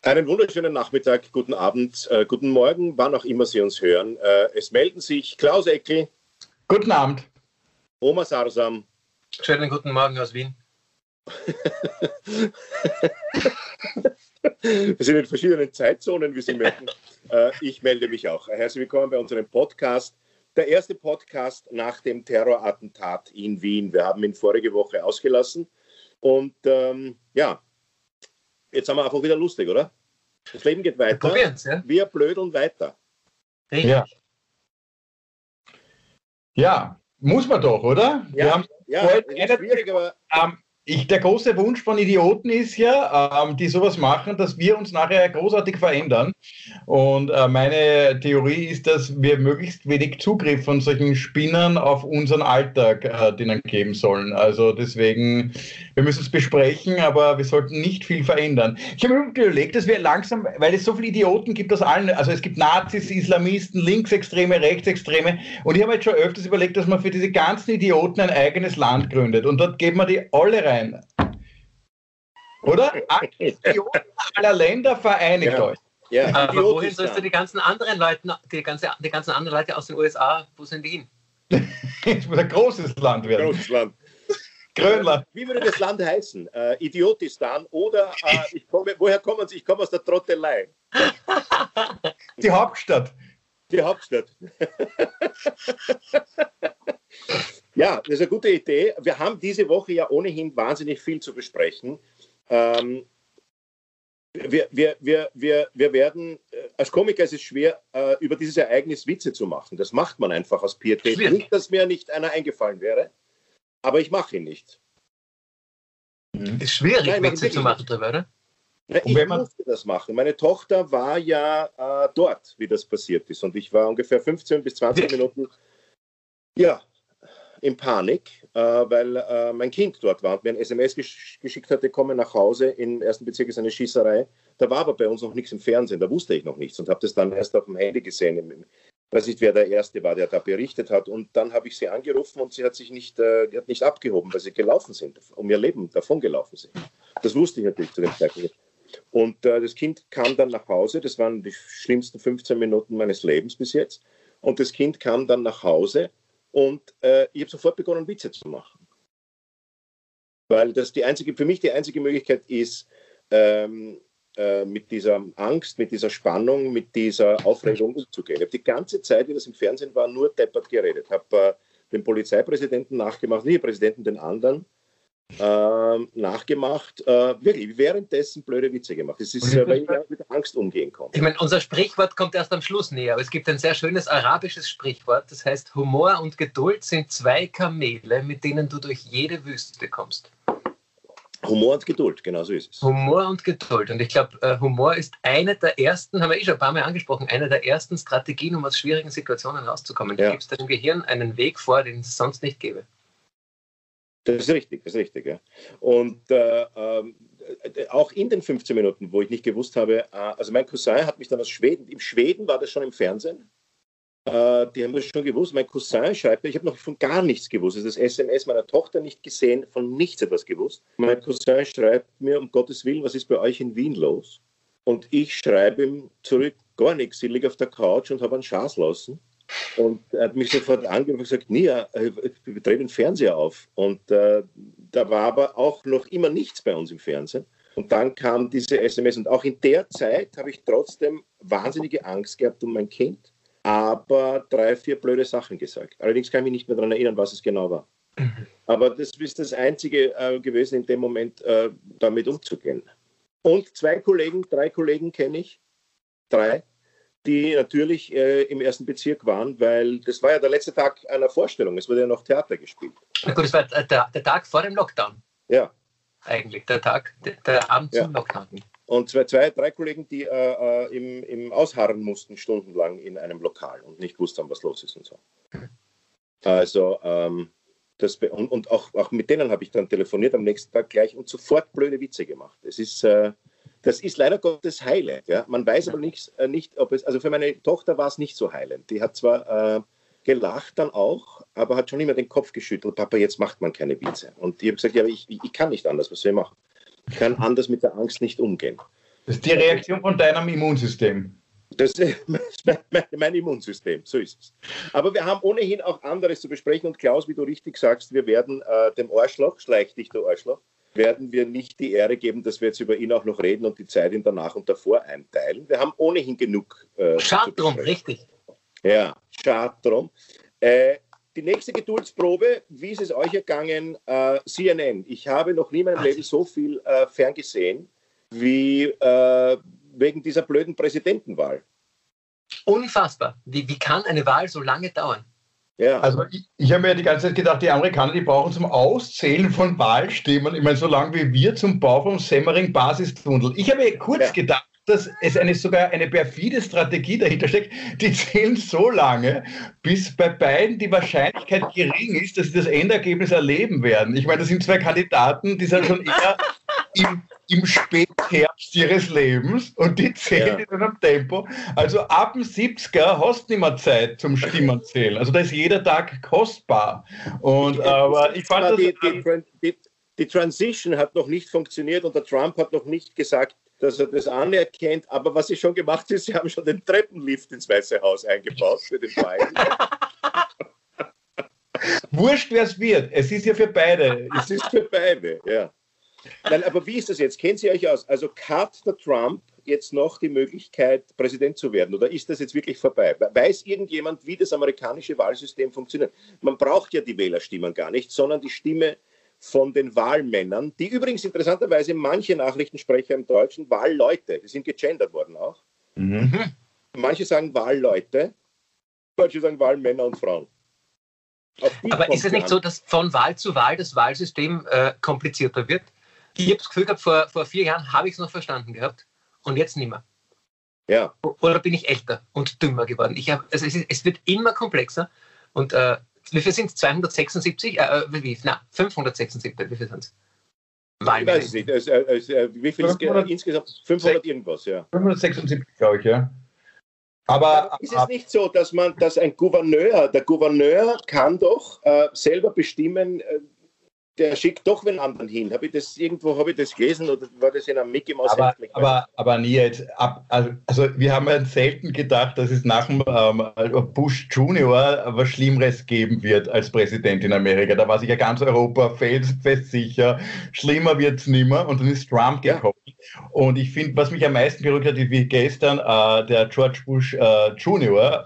Einen wunderschönen Nachmittag, guten Abend, guten Morgen, wann auch immer Sie uns hören. Es melden sich Klaus Eckel. Guten Abend. Oma Sarsam. Schönen guten Morgen aus Wien. Wir sind in verschiedenen Zeitzonen, wie Sie merken. Ich melde mich auch. Herzlich willkommen bei unserem Podcast. Der erste Podcast nach dem Terrorattentat in Wien. Wir haben ihn vorige Woche ausgelassen. Und jetzt haben wir einfach wieder lustig, oder? Das Leben geht weiter. Probieren's, ja? Wir blödeln weiter. Richtig. Ja, muss man doch, oder? Ja, ist schwierig, aber... Der große Wunsch von Idioten ist ja, die sowas machen, dass wir uns nachher großartig verändern. Und meine Theorie ist, dass wir möglichst wenig Zugriff von solchen Spinnern auf unseren Alltag denen geben sollen. Also deswegen, wir müssen es besprechen, aber wir sollten nicht viel verändern. Ich habe mir überlegt, dass wir langsam, weil es so viele Idioten gibt aus allen, also es gibt Nazis, Islamisten, Linksextreme, Rechtsextreme, und ich habe jetzt schon öfters überlegt, dass man für diese ganzen Idioten ein eigenes Land gründet. Und dort geben wir die alle rein. Oder? Idioten aller Länder, vereinigt euch. Ja, aber wohin sollst du die ganzen anderen Leute, die ganzen anderen Leute aus den USA, wo sind die hin? Es muss ein großes Land werden. Großes Land. Grönland. Wie würde das Land heißen? Idiotistan oder woher kommen Sie? Ich komme aus der Trottelei. Die Hauptstadt. Die Hauptstadt. Ja, das ist eine gute Idee. Wir haben diese Woche ja ohnehin wahnsinnig viel zu besprechen. Wir werden, als Komiker ist es schwer, über dieses Ereignis Witze zu machen. Das macht man einfach aus Pietät. Nicht, dass mir nicht einer eingefallen wäre, aber ich mache ihn nicht. Ist schwierig, Witze zu machen drüber, oder? Ja, ich musste das machen. Meine Tochter war ja dort, wie das passiert ist. Und ich war ungefähr 15 bis 20 Minuten in Panik, weil mein Kind dort war und mir ein SMS geschickt hatte, komme nach Hause, im ersten Bezirk ist eine Schießerei. Da war aber bei uns noch nichts im Fernsehen, da wusste ich noch nichts und habe das dann erst auf dem Handy gesehen. Ich weiß nicht, wer der Erste war, der da berichtet hat. Und dann habe ich sie angerufen und sie hat sich nicht, die hat nicht abgehoben, weil sie gelaufen sind, um ihr Leben davon gelaufen sind. Das wusste ich natürlich zu dem Zeitpunkt nicht. Und das Kind kam dann nach Hause, das waren die schlimmsten 15 Minuten meines Lebens bis jetzt. Und das Kind kam dann nach Hause und ich habe sofort begonnen, Witze zu machen. Weil das für mich die einzige Möglichkeit ist, mit dieser Angst, mit dieser Spannung, mit dieser Aufregung umzugehen. Ich habe die ganze Zeit, wie das im Fernsehen war, nur deppert geredet. Ich habe den Polizeipräsidenten nachgemacht, nicht den Präsidenten, den anderen, nachgemacht, wirklich währenddessen blöde Witze gemacht. Das ist, weil ich mit der Angst umgehen kann. Ich meine, unser Sprichwort kommt erst am Schluss näher, aber es gibt ein sehr schönes arabisches Sprichwort, das heißt, Humor und Geduld sind zwei Kamele, mit denen du durch jede Wüste kommst. Humor und Geduld, genau so ist es. Humor und Geduld. Und ich glaube, Humor ist eine der ersten, haben wir schon ein paar Mal angesprochen, eine der ersten Strategien, um aus schwierigen Situationen rauszukommen. Du gibst deinem Gehirn einen Weg vor, den es sonst nicht gäbe. Das ist richtig, ja. Und auch in den 15 Minuten, wo ich nicht gewusst habe, also mein Cousin hat mich dann aus Schweden, im Schweden war das schon im Fernsehen, die haben das schon gewusst, mein Cousin schreibt mir, ich habe noch von gar nichts gewusst, also das SMS meiner Tochter nicht gesehen, von nichts etwas gewusst. Mein Cousin schreibt mir, um Gottes Willen, was ist bei euch in Wien los? Und ich schreibe ihm zurück, gar nichts, ich liege auf der Couch und habe einen Schaß lassen. Und er hat mich sofort angerufen und gesagt, Nia, wir drehen den Fernseher auf. Und da war aber auch noch immer nichts bei uns im Fernsehen. Und dann kam diese SMS. Und auch in der Zeit habe ich trotzdem wahnsinnige Angst gehabt um mein Kind, aber 3, 4 blöde Sachen gesagt. Allerdings kann ich mich nicht mehr daran erinnern, was es genau war. Aber das ist das Einzige gewesen, in dem Moment damit umzugehen. Und 3 Kollegen kenne ich, 3, die natürlich im ersten Bezirk waren, weil das war ja der letzte Tag einer Vorstellung. Es wurde ja noch Theater gespielt. Na gut, das war der Tag vor dem Lockdown. Ja. Eigentlich, der Abend zum Lockdown. Und 2, 3 Kollegen, die im Ausharren mussten, stundenlang in einem Lokal und nicht wussten, was los ist und so. Also, und auch mit denen habe ich dann telefoniert am nächsten Tag gleich und sofort blöde Witze gemacht. Das ist leider Gottes heilend. Ja? Man weiß aber nicht, ob es, also für meine Tochter war es nicht so heilend. Die hat zwar gelacht dann auch, aber hat schon immer den Kopf geschüttelt. Papa, jetzt macht man keine Witze. Und ich habe gesagt, ja, aber ich kann nicht anders, was soll ich machen? Ich kann anders mit der Angst nicht umgehen. Das ist die Reaktion von deinem Immunsystem. Das ist mein Immunsystem, so ist es. Aber wir haben ohnehin auch anderes zu besprechen. Und Klaus, wie du richtig sagst, wir werden dem Arschloch, schleich dich, du Arschloch, werden wir nicht die Ehre geben, dass wir jetzt über ihn auch noch reden und die Zeit in danach und davor einteilen. Wir haben ohnehin genug. Schade drum, richtig. Ja, schade drum. Die nächste Geduldsprobe, wie ist es euch ergangen? CNN. Ich habe noch nie in meinem Leben so viel ferngesehen wie wegen dieser blöden Präsidentenwahl. Unfassbar. Wie kann eine Wahl so lange dauern? Ja. Also ich habe mir die ganze Zeit gedacht, die Amerikaner, die brauchen zum Auszählen von Wahlstimmen, ich meine, so lange wie wir zum Bau vom Semmering-Basistunnel. Ich habe mir kurz gedacht, dass es sogar eine perfide Strategie dahinter steckt. Die zählen so lange, bis bei beiden die Wahrscheinlichkeit gering ist, dass sie das Endergebnis erleben werden. Ich meine, das sind zwei Kandidaten, die sind schon eher im Spätherbst ihres Lebens und die zählen in einem Tempo. Also ab dem 70er hast du nicht mehr Zeit zum Stimmenzählen. Also da ist jeder Tag kostbar. Und aber ich fand die Transition hat noch nicht funktioniert und der Trump hat noch nicht gesagt, dass er das anerkennt. Aber was sie schon gemacht ist, sie haben schon den Treppenlift ins Weiße Haus eingebaut für den Biden. Wurscht, wer es wird. Es ist ja für beide. Es ist für beide, ja. Nein, aber wie ist das jetzt? Kennt ihr euch aus? Also hat der Trump jetzt noch die Möglichkeit, Präsident zu werden? Oder ist das jetzt wirklich vorbei? Weiß irgendjemand, wie das amerikanische Wahlsystem funktioniert? Man braucht ja die Wählerstimmen gar nicht, sondern die Stimme von den Wahlmännern, die übrigens interessanterweise manche Nachrichtensprecher im Deutschen Wahlleute, die sind gegendert worden auch. Mhm. Manche sagen Wahlleute, manche sagen Wahlmänner und Frauen. Aber ist es nicht so, dass von Wahl zu Wahl das Wahlsystem komplizierter wird? Ich habe das Gefühl gehabt, vor 4 Jahren habe ich es noch verstanden gehabt und jetzt nicht mehr. Ja. Oder bin ich älter und dümmer geworden? Es wird immer komplexer und wie viel sind es? 276? 576, wie viel sind es? Ich weiß es nicht. Wie viel ist insgesamt? 500 irgendwas, ja. 576, glaube ich, ja. Aber ist es nicht so, dass der Gouverneur kann doch selber bestimmen, der schickt doch den anderen hin. Habe ich das gelesen oder war das in einem Mickey Mouse? Aber nie jetzt. Also wir haben ja selten gedacht, dass es nach dem Bush Junior was Schlimmeres geben wird als Präsident in Amerika. Da war sich ja ganz Europa felsenfest sicher. Schlimmer wird es nimmer. Und dann ist Trump gekommen. Ja. Und ich finde, was mich am meisten berührt hat, ist wie gestern der George Bush Junior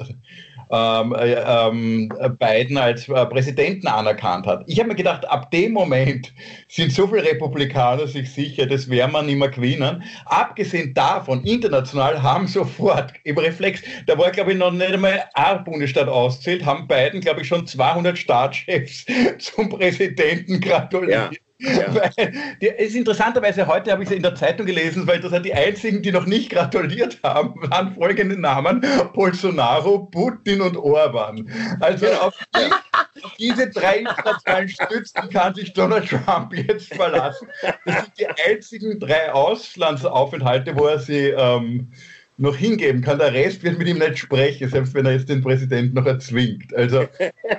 Biden als Präsidenten anerkannt hat. Ich habe mir gedacht, ab dem Moment sind so viele Republikaner sich sicher, das werden wir nicht mehr gewinnen. Abgesehen davon, international haben sofort im Reflex, da war glaube ich noch nicht einmal ein Bundesstaat auszählt, haben Biden glaube ich schon 200 Staatschefs zum Präsidenten gratuliert. Ja. Ja. Es ist interessanterweise, heute habe ich es in der Zeitung gelesen, weil das sind die einzigen, die noch nicht gratuliert haben, waren folgende Namen: Bolsonaro, Putin und Orban. Also auf diese 3 internationalen Stützen kann sich Donald Trump jetzt verlassen. Das sind die einzigen 3 Auslandsaufenthalte, wo er sie noch hingeben kann. Der Rest wird mit ihm nicht sprechen, selbst wenn er jetzt den Präsidenten noch erzwingt. Also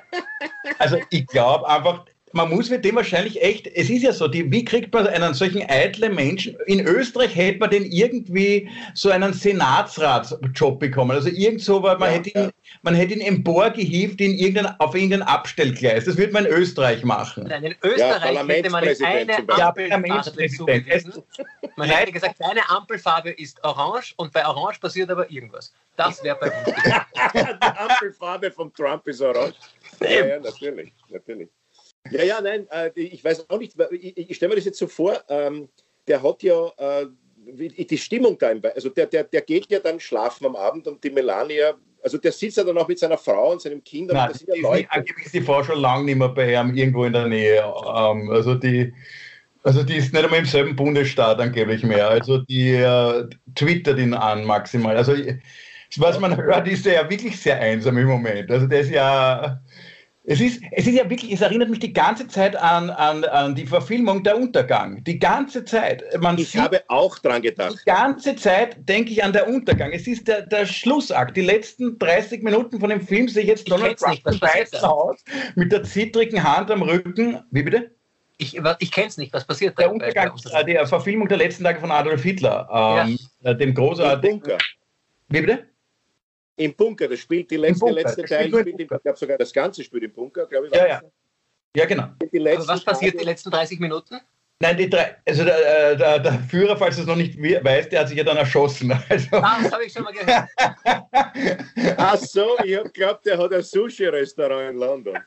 ich glaube einfach, man muss mit dem wahrscheinlich echt, es ist ja so, wie kriegt man einen solchen eitlen Menschen, in Österreich hätte man den irgendwie so einen Senatsratsjob bekommen, also irgend so, weil man hätte ihn emporgehievt auf irgendein Abstellgleis, das würde man in Österreich machen. Nein, in Österreich hätte man eine Ampelfarbe zugewiesen. Man hätte gesagt, deine Ampelfarbe ist orange und bei orange passiert aber irgendwas. Das wäre bei uns. Die Ampelfarbe von Trump ist orange. Ja, natürlich. Ja, nein, ich weiß auch nicht, ich stelle mir das jetzt so vor, der hat ja die Stimmung da, also der geht ja dann schlafen am Abend und die Melania, also der sitzt ja dann auch mit seiner Frau und seinem Kind. Nein, angeblich ist die Frau schon lange nicht mehr bei ihm irgendwo in der Nähe, also die ist nicht einmal im selben Bundesstaat angeblich mehr, also die twittert ihn an maximal, also was man hört, ist er ja wirklich sehr einsam im Moment, also der ist ja... Es ist ja wirklich, es erinnert mich die ganze Zeit an die Verfilmung Der Untergang. Die ganze Zeit. Ich habe auch dran gedacht. Die ganze Zeit denke ich an Der Untergang. Es ist der Schlussakt. Die letzten 30 Minuten von dem Film sehe ich jetzt Donald Trump im Weißen Haus mit der zittrigen Hand am Rücken. Wie bitte? Ich kenne es nicht. Was passiert da? Der Untergang, die Verfilmung der letzten Tage von Adolf Hitler. dem großartigen... Im Bunker. Wie bitte? Im Bunker, das spielt der letzte Teil, ich glaube sogar das ganze spielt im Bunker, glaube ich. Ja, genau. Aber was passiert die letzten 30 Minuten? Nein, der Führer, falls du es noch nicht weißt, der hat sich ja dann erschossen. Also. Das habe ich schon mal gehört. Ach so, ich habe geglaubt, der hat ein Sushi-Restaurant in London.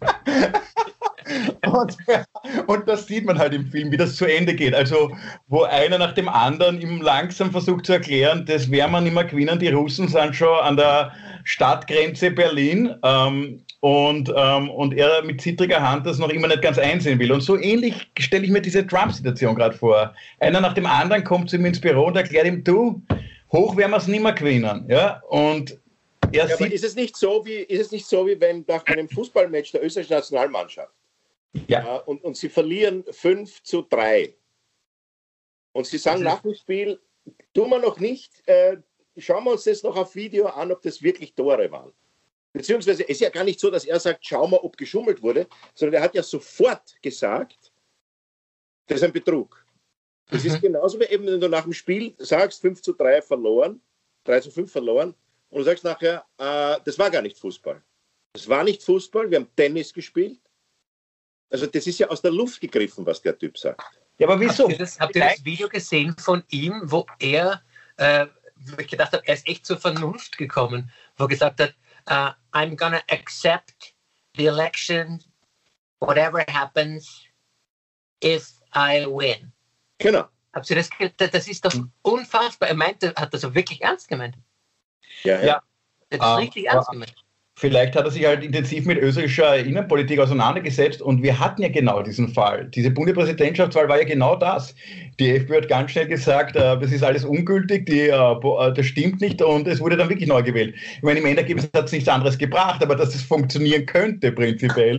Und das sieht man halt im Film, wie das zu Ende geht. Also, wo einer nach dem anderen ihm langsam versucht zu erklären, das werden wir nicht mehr gewinnen, die Russen sind schon an der Stadtgrenze Berlin und er mit zittriger Hand das noch immer nicht ganz einsehen will. Und so ähnlich stelle ich mir diese Trump-Situation gerade vor. Einer nach dem anderen kommt zu ihm ins Büro und erklärt ihm, du, hoch werden wir es nicht mehr gewinnen. Ja? Und er sieht, aber ist es nicht so, wie wenn nach einem Fußballmatch der österreichischen Nationalmannschaft und sie verlieren 5-3 und sie sagen nach dem Spiel, tun wir noch nicht, schauen wir uns das noch auf Video an, ob das wirklich Tore waren. Beziehungsweise es ist ja gar nicht so, dass er sagt, schau mal, ob geschummelt wurde, sondern er hat ja sofort gesagt, das ist ein Betrug. Das ist genauso wie eben, wenn du nach dem Spiel sagst, 5-3 verloren, 3-5 verloren, und du sagst nachher, das war gar nicht Fußball. Das war nicht Fußball, wir haben Tennis gespielt. Also das ist ja aus der Luft gegriffen, was der Typ sagt. Ja, aber wieso? Habt ihr das Video gesehen von ihm, wo er, wo ich gedacht habe, er ist echt zur Vernunft gekommen, wo er gesagt hat, I'm gonna accept the election, whatever happens, if I win. Genau. Habt ihr das gehört? Das ist doch unfassbar. Er meinte, hat das auch wirklich ernst gemeint. Ja. Das ist richtig ernst gemeint. Vielleicht hat er sich halt intensiv mit österreichischer Innenpolitik auseinandergesetzt und wir hatten ja genau diesen Fall. Diese Bundespräsidentschaftswahl war ja genau das. Die FPÖ hat ganz schnell gesagt, das ist alles ungültig, das stimmt nicht und es wurde dann wirklich neu gewählt. Ich meine, im Endergebnis hat es nichts anderes gebracht, aber dass es funktionieren könnte prinzipiell,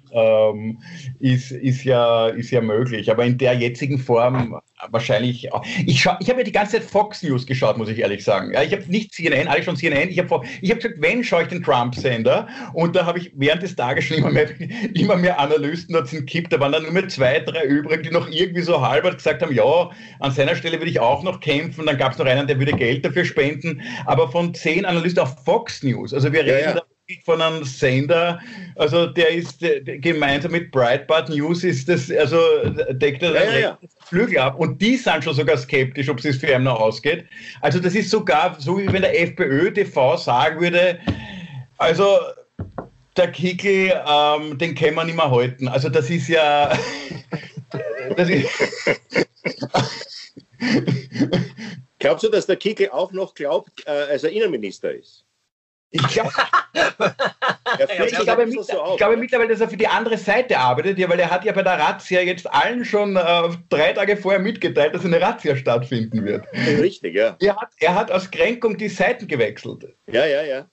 ist ja möglich. Aber in der jetzigen Form wahrscheinlich auch. Ich habe ja die ganze Zeit Fox News geschaut, muss ich ehrlich sagen. Ja, ich habe nicht CNN, alle schon CNN. Ich habe gesagt, wenn schaue ich den Trump-Sender und da habe ich während des Tages schon immer mehr Analysten dazu gekippt. Da waren dann nur mehr 2, 3 übrig, die noch irgendwie so halber gesagt haben, ja, an seiner Stelle würde ich auch noch kämpfen. Dann gab es noch einen, der würde Geld dafür spenden. Aber von 10 Analysten auf Fox News, also wir reden da von einem Sender, also der ist gemeinsam mit Breitbart News ist das, also deckt er Flügel ab und die sind schon sogar skeptisch, ob es für ihn noch ausgeht. Also das ist sogar so, wie wenn der FPÖ TV sagen würde, also der Kickl, den können wir nicht mehr halten. Also das ist ja Glaubst du, dass der Kickl auch noch glaubt, als er Innenminister ist? Ich glaube mittlerweile, dass er für die andere Seite arbeitet, ja, weil er hat ja bei der Razzia jetzt allen schon 3 Tage vorher mitgeteilt, dass eine Razzia stattfinden wird. Richtig, ja. Er hat aus Kränkung die Seiten gewechselt. Ja.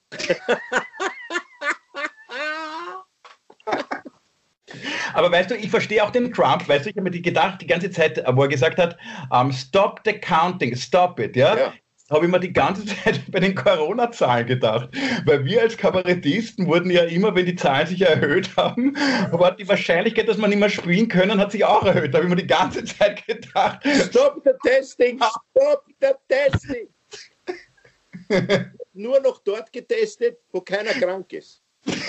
Aber weißt du, ich verstehe auch den Trump, weißt du, ich habe mir gedacht, die ganze Zeit, wo er gesagt hat, stop the counting, stop it, ja. Habe ich mir die ganze Zeit bei den Corona-Zahlen gedacht. Weil wir als Kabarettisten wurden ja immer, wenn die Zahlen sich erhöht haben, aber die Wahrscheinlichkeit, dass wir nicht mehr spielen können, hat sich auch erhöht. Da habe ich mir die ganze Zeit gedacht. Stop the testing, stop the testing. Nur noch dort getestet, wo keiner krank ist.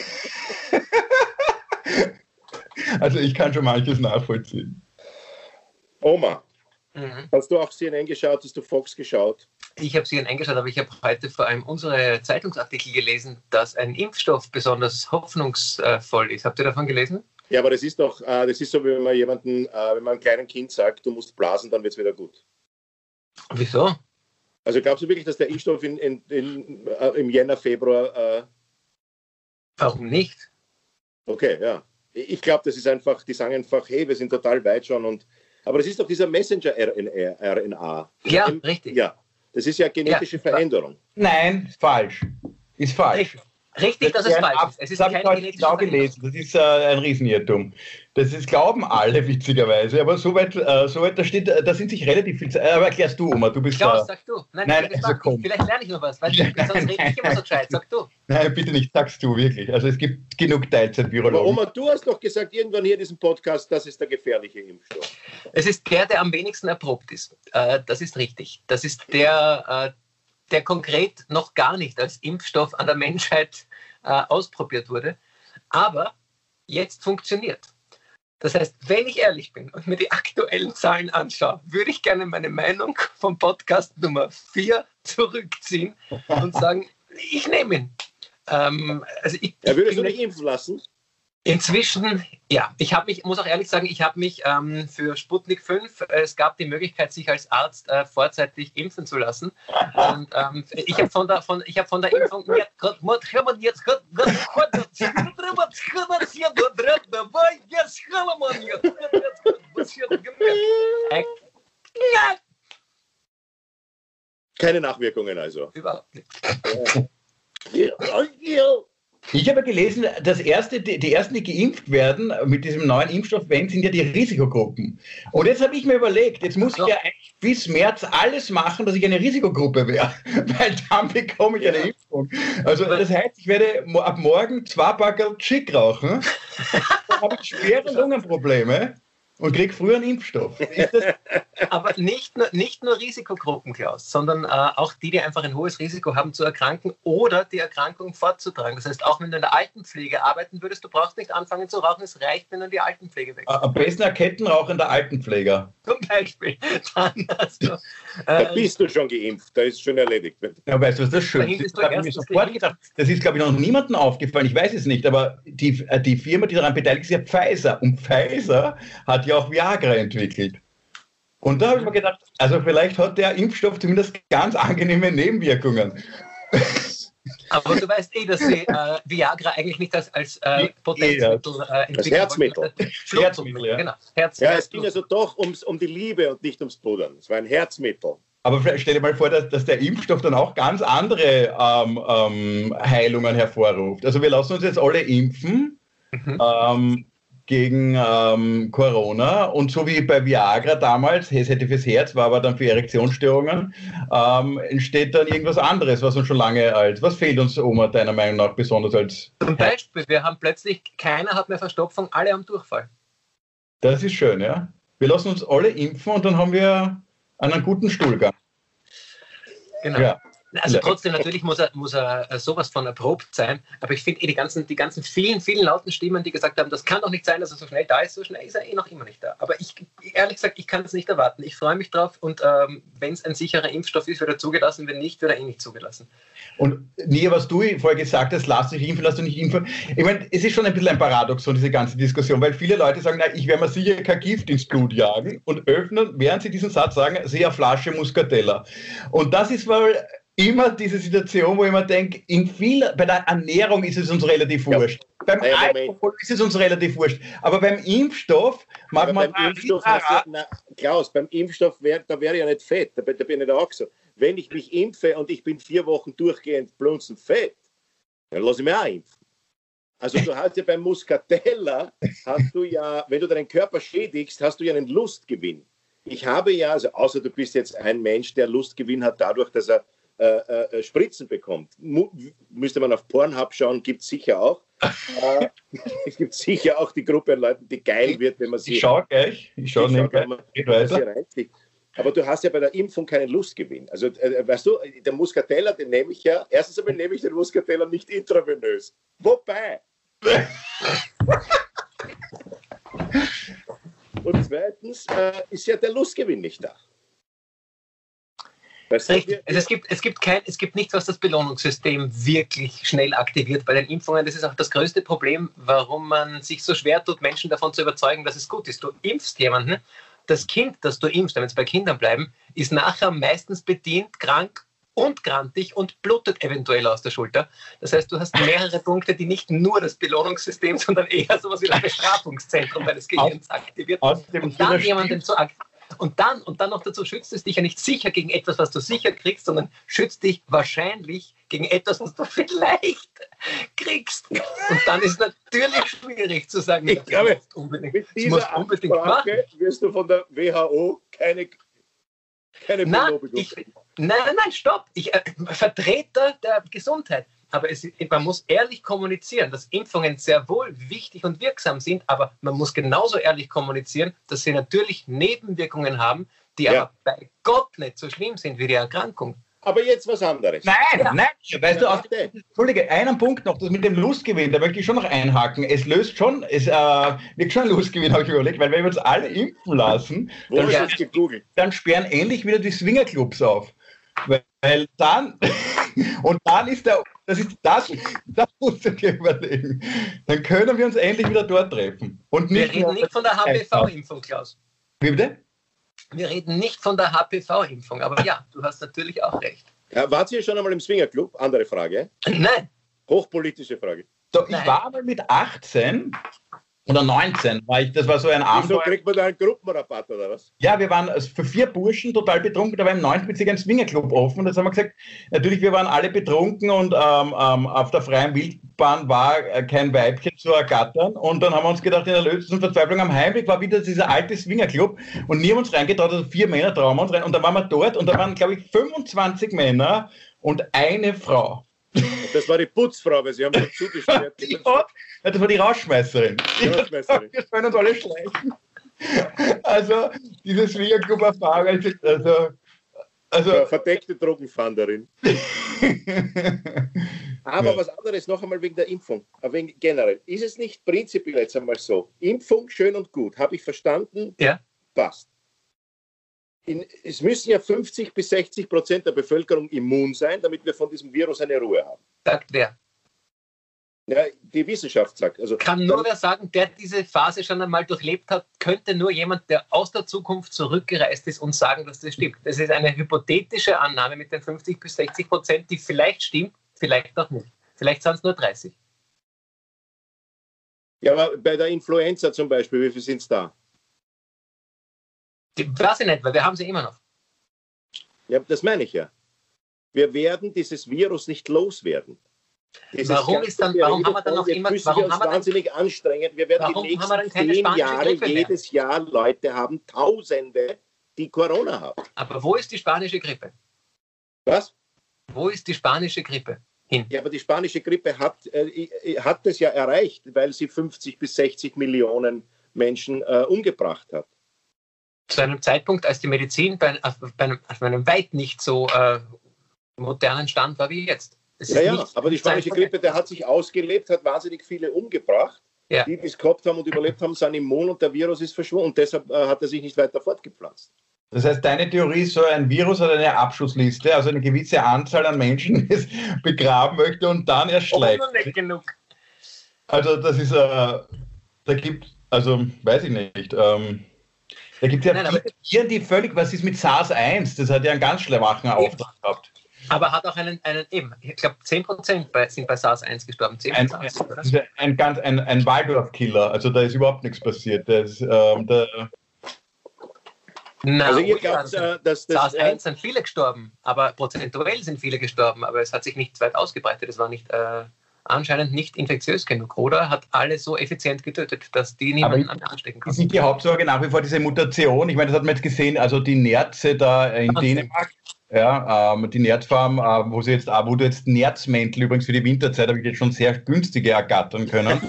Also ich kann schon manches nachvollziehen. Oma, hast du auch CNN geschaut, hast du Fox geschaut? Ich habe CNN geschaut, aber ich habe heute vor allem unsere Zeitungsartikel gelesen, dass ein Impfstoff besonders hoffnungsvoll ist. Habt ihr davon gelesen? Ja, aber das ist doch, das ist so, wie wenn man wenn man einem kleinen Kind sagt, du musst blasen, dann wird es wieder gut. Wieso? Also glaubst du wirklich, dass der Impfstoff im Jänner, Februar... Warum nicht? Okay, ja. Ich glaube, das ist einfach, die sagen einfach, hey, wir sind total weit schon. Aber das ist doch dieser Messenger-RNA. Ja, richtig. Ja, das ist ja genetische Veränderung. Nein, falsch. Ist falsch. Richtig, dass es falsch ist. Es ist kein genetischer gelesen. Das ist ein Riesenirrtum. Das glauben alle, witzigerweise. Aber soweit da steht, da sind sich relativ viel Zeit. Aber erklärst du, Oma, du bist Klaus, sag du. Nein, also komm. Vielleicht lerne ich noch was, weil sonst rede ich immer so gescheit. Sag du. Nein, bitte nicht, sagst du wirklich. Also es gibt genug Teilzeit-Virologen. Aber Oma, du hast doch gesagt, irgendwann hier in diesem Podcast, das ist der gefährliche Impfstoff. Es ist der am wenigsten erprobt ist. Das ist richtig. Das ist der konkret noch gar nicht als Impfstoff an der Menschheit ausprobiert wurde, aber jetzt funktioniert. Das heißt, wenn ich ehrlich bin und mir die aktuellen Zahlen anschaue, würde ich gerne meine Meinung vom Podcast Nummer 4 zurückziehen und sagen, ich nehme ihn. Würdest du dich impfen lassen? Inzwischen, ja. Ich muss auch ehrlich sagen, ich habe mich für Sputnik 5, es gab die Möglichkeit, sich als Arzt vorzeitig impfen zu lassen. Und ich habe von der Impfung keine Nachwirkungen also. Überhaupt nicht. Ich habe gelesen, die ersten, die geimpft werden mit diesem neuen Impfstoff, sind ja die Risikogruppen. Und jetzt habe ich mir überlegt, jetzt muss ich ja eigentlich bis März alles machen, dass ich eine Risikogruppe wäre, weil dann bekomme ich eine Impfung. Also das heißt, ich werde ab morgen 2 Packerl Chick rauchen, dann habe ich schwere Lungenprobleme und kriege früher einen Impfstoff. Aber nicht nur Risikogruppen, Klaus, sondern auch die einfach ein hohes Risiko haben zu erkranken oder die Erkrankung fortzutragen. Das heißt, auch wenn du in der Altenpflege arbeiten würdest, du brauchst nicht anfangen zu rauchen, es reicht, wenn du in die Altenpflege wechselst. Am besten ein Kettenrauchender Altenpfleger. Zum Beispiel. Dann hast du, da bist du schon geimpft, da ist schon erledigt. Ja, weißt du, was das schön ist? Das habe ich mir sofort gedacht. Das ist, glaube ich, noch niemandem aufgefallen, ich weiß es nicht, aber die Firma, die daran beteiligt ist, ja Pfizer. Und Pfizer hat ja auch Viagra entwickelt. Und da habe ich mir gedacht, also vielleicht hat der Impfstoff zumindest ganz angenehme Nebenwirkungen. Aber du weißt dass sie Viagra eigentlich nicht als Potenzmittel als Herzmittel. Herzmittel, ja. Genau. Ja, es ging also doch um die Liebe und nicht ums Pudern. Es war ein Herzmittel. Aber stell dir mal vor, dass der Impfstoff dann auch ganz andere Heilungen hervorruft. Also wir lassen uns jetzt alle impfen. Gegen Corona und so wie bei Viagra damals, es hätte fürs Herz, war aber dann für Erektionsstörungen, entsteht dann irgendwas anderes, was uns schon lange was fehlt uns, Oma, deiner Meinung nach besonders als... Zum Beispiel, wir haben plötzlich, keiner hat mehr Verstopfung, alle haben Durchfall. Das ist schön, ja. Wir lassen uns alle impfen und dann haben wir einen guten Stuhlgang. Genau. Ja. Also trotzdem, natürlich muss er sowas von erprobt sein, aber ich finde die ganzen vielen lauten Stimmen, die gesagt haben, das kann doch nicht sein, dass er so schnell da ist, so schnell ist er noch immer nicht da. Aber ehrlich gesagt, ich kann es nicht erwarten. Ich freue mich drauf und wenn es ein sicherer Impfstoff ist, wird er zugelassen, wenn nicht, wird er nicht zugelassen. Und Nia, was du vorher gesagt hast, lass dich impfen, lass du nicht impfen. Ich meine, es ist schon ein bisschen ein Paradoxon, diese ganze Diskussion, weil viele Leute sagen, ich werde mir sicher kein Gift ins Blut jagen und öffnen, während sie diesen Satz sagen, sie eine Flasche Muscatella. Und das ist wohl immer diese Situation, wo ich mir denke, bei der Ernährung ist es uns relativ wurscht. Ja. Beim Alkohol ist es uns relativ wurscht. Aber beim Impfstoff mag man... Klaus, beim Impfstoff da wäre ich ja nicht fett. Da bin ich nicht auch so. Wenn ich mich impfe und ich bin 4 Wochen durchgehend blunzend fett, dann lasse ich mich auch impfen. Also du hast ja beim Muscatella, wenn du deinen Körper schädigst, hast du ja einen Lustgewinn. Ich habe ja, also außer du bist jetzt ein Mensch, der Lustgewinn hat dadurch, dass er Spritzen bekommt. Müsste man auf Pornhub schauen, gibt es sicher auch. Es gibt sicher auch die Gruppe an Leuten, die geil wird, wenn man sie... Ich schaue gleich. Aber du hast ja bei der Impfung keinen Lustgewinn. Also, weißt du, der Muscatella, den nehme ich ja... Erstens einmal nehme ich den Muscatella nicht intravenös. Wobei... Und zweitens ist ja der Lustgewinn nicht da. Richtig. Es gibt nichts, was das Belohnungssystem wirklich schnell aktiviert bei den Impfungen. Das ist auch das größte Problem, warum man sich so schwer tut, Menschen davon zu überzeugen, dass es gut ist. Du impfst jemanden, das Kind, das du impfst, damit es bei Kindern bleiben, ist nachher meistens bedient, krank und grantig und blutet eventuell aus der Schulter. Das heißt, du hast mehrere Punkte, die nicht nur das Belohnungssystem, sondern eher sowas wie das Bestrafungszentrum deines Gehirns aktiviert. Und dann jemanden zu Und dann noch dazu schützt es dich ja nicht sicher gegen etwas, was du sicher kriegst, sondern schützt dich wahrscheinlich gegen etwas, was du vielleicht kriegst. Und dann ist es natürlich schwierig zu sagen, ich glaube, mit dieser Ansprache wirst du von der WHO keine Belobigung. Nein, stopp. Ich Vertreter der Gesundheit. Aber man muss ehrlich kommunizieren, dass Impfungen sehr wohl wichtig und wirksam sind, aber man muss genauso ehrlich kommunizieren, dass sie natürlich Nebenwirkungen haben, die aber bei Gott nicht so schlimm sind wie die Erkrankung. Aber jetzt was anderes. Nein, weißt du, Entschuldige, einen Punkt noch, das mit dem Lustgewinn, da möchte ich schon noch einhaken. Es wird schon ein Lustgewinn, habe ich überlegt, weil wenn wir uns alle impfen lassen, dann sperren endlich wieder die Swingerclubs auf. Weil dann, und dann ist das musst du dir überlegen. Dann können wir uns endlich wieder dort treffen. Und wir reden nicht von der HPV-Impfung, Klaus. Wie bitte? Wir reden nicht von der HPV-Impfung, aber ja, du hast natürlich auch recht. Ja, wart ihr schon einmal im Swingerclub? Andere Frage. Nein. Hochpolitische Frage. So, ich war mal mit 18 oder 19, das war so ein Abend. Wieso kriegt man da einen Gruppenrabatt oder was? Ja, wir waren für 4 Burschen total betrunken, da war im 9. Bezirk ein Swingerclub offen und jetzt haben wir gesagt, natürlich, wir waren alle betrunken und auf der freien Wildbahn war kein Weibchen zu ergattern und dann haben wir uns gedacht, in der letzten Verzweiflung am Heimweg war wieder dieser alte Swingerclub und nie haben uns reingetraut, also 4 Männer trauen wir uns rein und dann waren wir dort und da waren, glaube ich, 25 Männer und eine Frau. Das war die Putzfrau, weil sie haben sich zugesperrt. Ja, das war die Rausschmeißerin. Wir sollen uns alle schleichen. Also, diese Swingerclub-Erfahrung, also verdeckte Drogenfanderin. Aber was anderes noch einmal wegen der Impfung, wegen generell. Ist es nicht prinzipiell jetzt einmal so, Impfung schön und gut, habe ich verstanden? Ja. Passt. Es müssen ja 50-60% der Bevölkerung immun sein, damit wir von diesem Virus eine Ruhe haben. Sagt wer? Ja, die Wissenschaft sagt. Also, kann nur wer sagen, der diese Phase schon einmal durchlebt hat, könnte nur jemand, der aus der Zukunft zurückgereist ist und sagen, dass das stimmt. Das ist eine hypothetische Annahme mit den 50-60%, die vielleicht stimmt, vielleicht auch nicht. Vielleicht sind es nur 30. Ja, aber bei der Influenza zum Beispiel, wie viel sind es da? Weiß ich nicht, weil wir haben sie immer noch. Ja, das meine ich ja. Wir werden dieses Virus nicht loswerden. Warum haben wir dann noch immer... Warum wir uns wahnsinnig anstrengen. Wir werden die nächsten 10 Jahre jedes Jahr Leute haben, Tausende, die Corona haben. Aber wo ist die spanische Grippe? Was? Wo ist die spanische Grippe hin? Ja, aber die spanische Grippe hat es ja erreicht, weil sie 50 bis 60 Millionen Menschen umgebracht hat. Zu einem Zeitpunkt, als die Medizin auf einem weit nicht so modernen Stand war wie jetzt. Ja, aber die spanische Grippe, der hat sich ausgelebt, hat wahnsinnig viele umgebracht. Ja. Die es gehabt haben und überlebt haben, sind immun und der Virus ist verschwunden und deshalb hat er sich nicht weiter fortgepflanzt. Das heißt, deine Theorie ist so, ein Virus hat eine Abschussliste, also eine gewisse Anzahl an Menschen, die es begraben möchte und dann erschleicht. Noch nicht genug. Also das ist, da gibt, also weiß ich nicht, da gibt es ja Viren, die völlig, was ist mit SARS-1? Das hat ja einen ganz schwachen Auftrag gehabt. Aber hat auch einen eben, ich glaube 10% sind bei SARS-1 gestorben. 10%, ein Waldorf-Killer, also da ist überhaupt nichts passiert. Also ihr glaubt, dass SARS-1 sind viele gestorben, aber prozentuell sind viele gestorben, aber es hat sich nicht weit ausgebreitet. Es war nicht anscheinend nicht infektiös genug oder hat alle so effizient getötet, dass die niemanden anstecken kann. Ist nicht die Hauptsorge nach wie vor diese Mutation? Ich meine, das hat man jetzt gesehen, also die Nerze da in Dänemark, ja, die Nerzfarm, wo du jetzt Nerzmäntel übrigens für die Winterzeit habe ich jetzt schon sehr günstige ergattern können.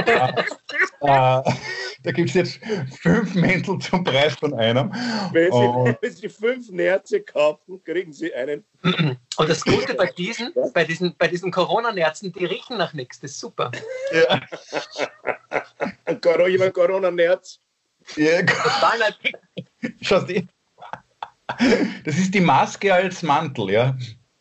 Da gibt es jetzt 5 Mäntel zum Preis von einem. Wenn Sie 5 Nerze kaufen, kriegen Sie einen. Und das Gute bei diesen Corona-Nerzen, die riechen nach nichts. Das ist super. Ja. Jemand Corona-Nerz. Ja, schaust du? Das ist die Maske als Mantel, ja.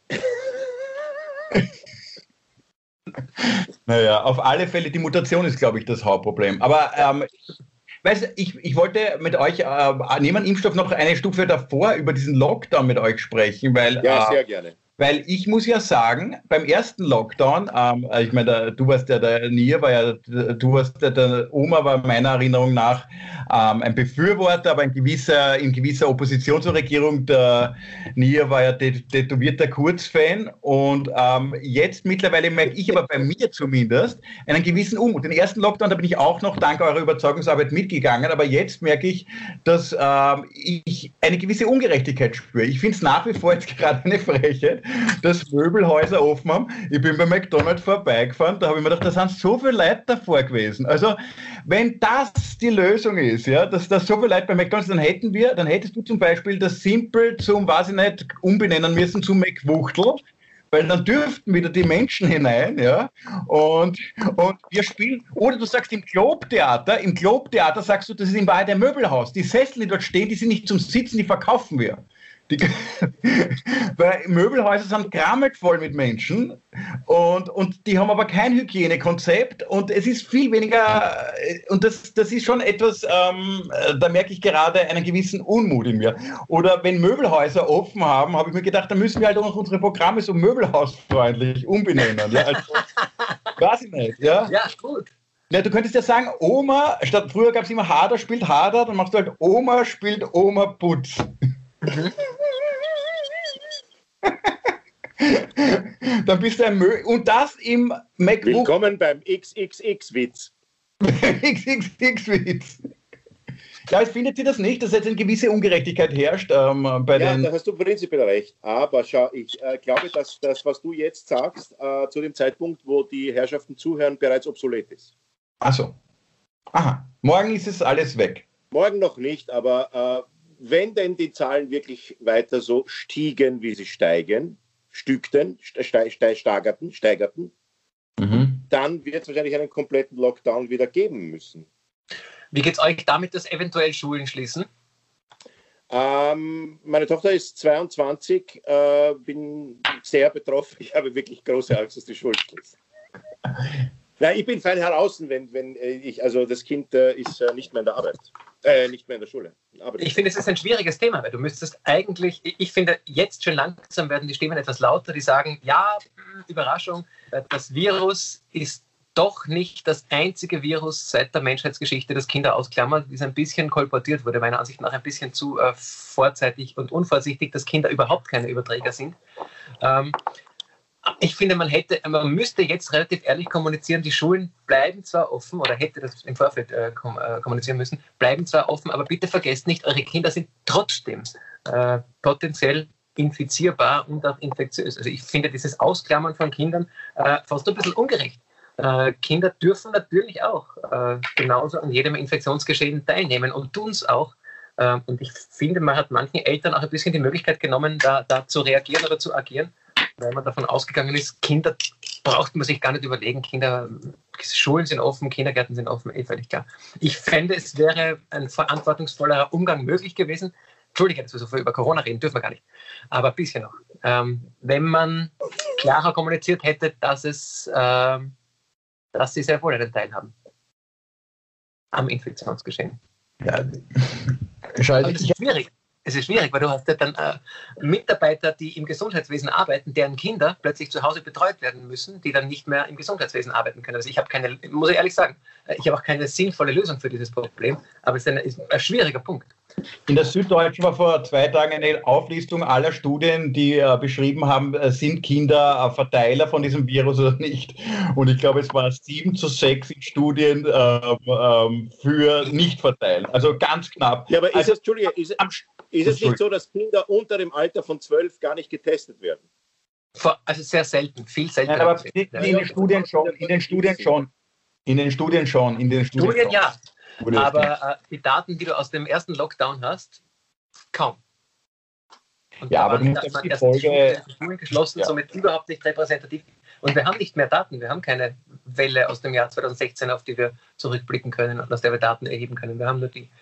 Naja, auf alle Fälle, die Mutation ist, glaube ich, das Hauptproblem. Aber weißt du, ich wollte mit euch neben dem Impfstoff noch eine Stufe davor über diesen Lockdown mit euch sprechen, weil ja, sehr gerne. Weil ich muss ja sagen, beim ersten Lockdown, ich meine, du warst ja der Nia, der Oma war meiner Erinnerung nach ein Befürworter, aber in gewisser Opposition zur Regierung. Der Nia war ja tätowierter Kurz-Fan und jetzt mittlerweile merke ich aber bei mir zumindest einen gewissen Unmut. Den ersten Lockdown, da bin ich auch noch dank eurer Überzeugungsarbeit mitgegangen, aber jetzt merke ich, dass ich eine gewisse Ungerechtigkeit spüre. Ich finde es nach wie vor jetzt gerade eine Frechheit, dass Möbelhäuser offen haben. Ich bin bei McDonald's vorbeigefahren, da habe ich mir gedacht, da sind so viele Leute davor gewesen. Also, wenn das die Lösung ist, ja, dass da so viele Leute bei McDonald's, dann hättest du zum Beispiel das Simple zum, weiß ich nicht, umbenennen müssen zum McWuchtel, weil dann dürften wieder die Menschen hinein, ja, und wir spielen, oder du sagst im Globe-Theater sagst du, das ist in Wahrheit ein Möbelhaus. Die Sessel, die dort stehen, die sind nicht zum Sitzen, die verkaufen wir. Weil Möbelhäuser sind grammelt voll mit Menschen und die haben aber kein Hygienekonzept und es ist viel weniger, und das ist schon etwas, da merke ich gerade einen gewissen Unmut in mir. Oder wenn Möbelhäuser offen haben, habe ich mir gedacht, da müssen wir halt auch unsere Programme so möbelhausfreundlich umbenennen. Ja? Also, weiß ich nicht. Ja, ja, gut. Ja, du könntest ja sagen, Oma, statt früher gab es immer Hader spielt Hader, dann machst du halt Oma spielt Oma Putz. Dann bist du und das im MacBook. Willkommen beim XXX-Witz. XXX-Witz. Ja, findet ihr das nicht, dass jetzt eine gewisse Ungerechtigkeit herrscht bei den... Ja, da hast du prinzipiell recht. Aber schau, ich glaube, dass das, was du jetzt sagst, zu dem Zeitpunkt, wo die Herrschaften zuhören, bereits obsolet ist. Ach so. Aha. Morgen ist es alles weg. Morgen noch nicht, aber wenn denn die Zahlen wirklich weiter so stiegen, wie sie steigerten, dann wird es wahrscheinlich einen kompletten Lockdown wieder geben müssen. Wie geht es euch damit, dass eventuell Schulen schließen? Meine Tochter ist 22, bin sehr betroffen. Ich habe wirklich große Angst, dass die Schulen schließen. Nein, ich bin fein heraus, wenn ich, also das Kind ist nicht mehr in der Arbeit, nicht mehr in der Schule. Ich finde, es ist ein schwieriges Thema, weil du müsstest eigentlich, ich finde, jetzt schon langsam werden die Stimmen etwas lauter, die sagen, ja, Überraschung, das Virus ist doch nicht das einzige Virus seit der Menschheitsgeschichte, das Kinder ausklammert, das ein bisschen kolportiert wurde, meiner Ansicht nach ein bisschen zu vorzeitig und unvorsichtig, dass Kinder überhaupt keine Überträger sind. Ich finde, man müsste jetzt relativ ehrlich kommunizieren, die Schulen bleiben zwar offen, oder hätte das im Vorfeld kommunizieren müssen, bleiben zwar offen, aber bitte vergesst nicht, eure Kinder sind trotzdem potenziell infizierbar und auch infektiös. Also ich finde dieses Ausklammern von Kindern fast ein bisschen ungerecht. Kinder dürfen natürlich auch genauso an jedem Infektionsgeschehen teilnehmen und tun es auch. Und ich finde, man hat manchen Eltern auch ein bisschen die Möglichkeit genommen, da zu reagieren oder zu agieren, weil man davon ausgegangen ist, Kinder braucht man sich gar nicht überlegen. Schulen sind offen, Kindergärten sind offen, völlig klar. Ich fände, es wäre ein verantwortungsvollerer Umgang möglich gewesen. Entschuldige, dass wir so viel über Corona reden, dürfen wir gar nicht. Aber ein bisschen noch. Wenn man klarer kommuniziert hätte, dass sie sehr wohl einen Teil haben am Infektionsgeschehen. Ja, aber es ist schwierig. Es ist schwierig, weil du hast ja dann Mitarbeiter, die im Gesundheitswesen arbeiten, deren Kinder plötzlich zu Hause betreut werden müssen, die dann nicht mehr im Gesundheitswesen arbeiten können. Also muss ich ehrlich sagen, ich habe auch keine sinnvolle Lösung für dieses Problem, aber es ist ein schwieriger Punkt. In der Süddeutschen war vor 2 Tagen eine Auflistung aller Studien, die beschrieben haben, sind Kinder Verteiler von diesem Virus oder nicht. Und ich glaube, es war 7:6 in Studien für nicht verteilen. Also ganz knapp. Ja, aber ist es nicht so, dass Kinder unter dem Alter von 12 gar nicht getestet werden? Also sehr selten, viel seltener. Ja, aber in den Studien schon. Ja. Aber die Daten, die du aus dem ersten Lockdown hast, kaum. Und ja, aber du musst die Folge... Schulen geschlossen, ja. Somit überhaupt nicht repräsentativ. Und wir haben nicht mehr Daten. Wir haben keine Welle aus dem Jahr 2016, auf die wir zurückblicken können und aus der wir Daten erheben können. Wir haben nur die.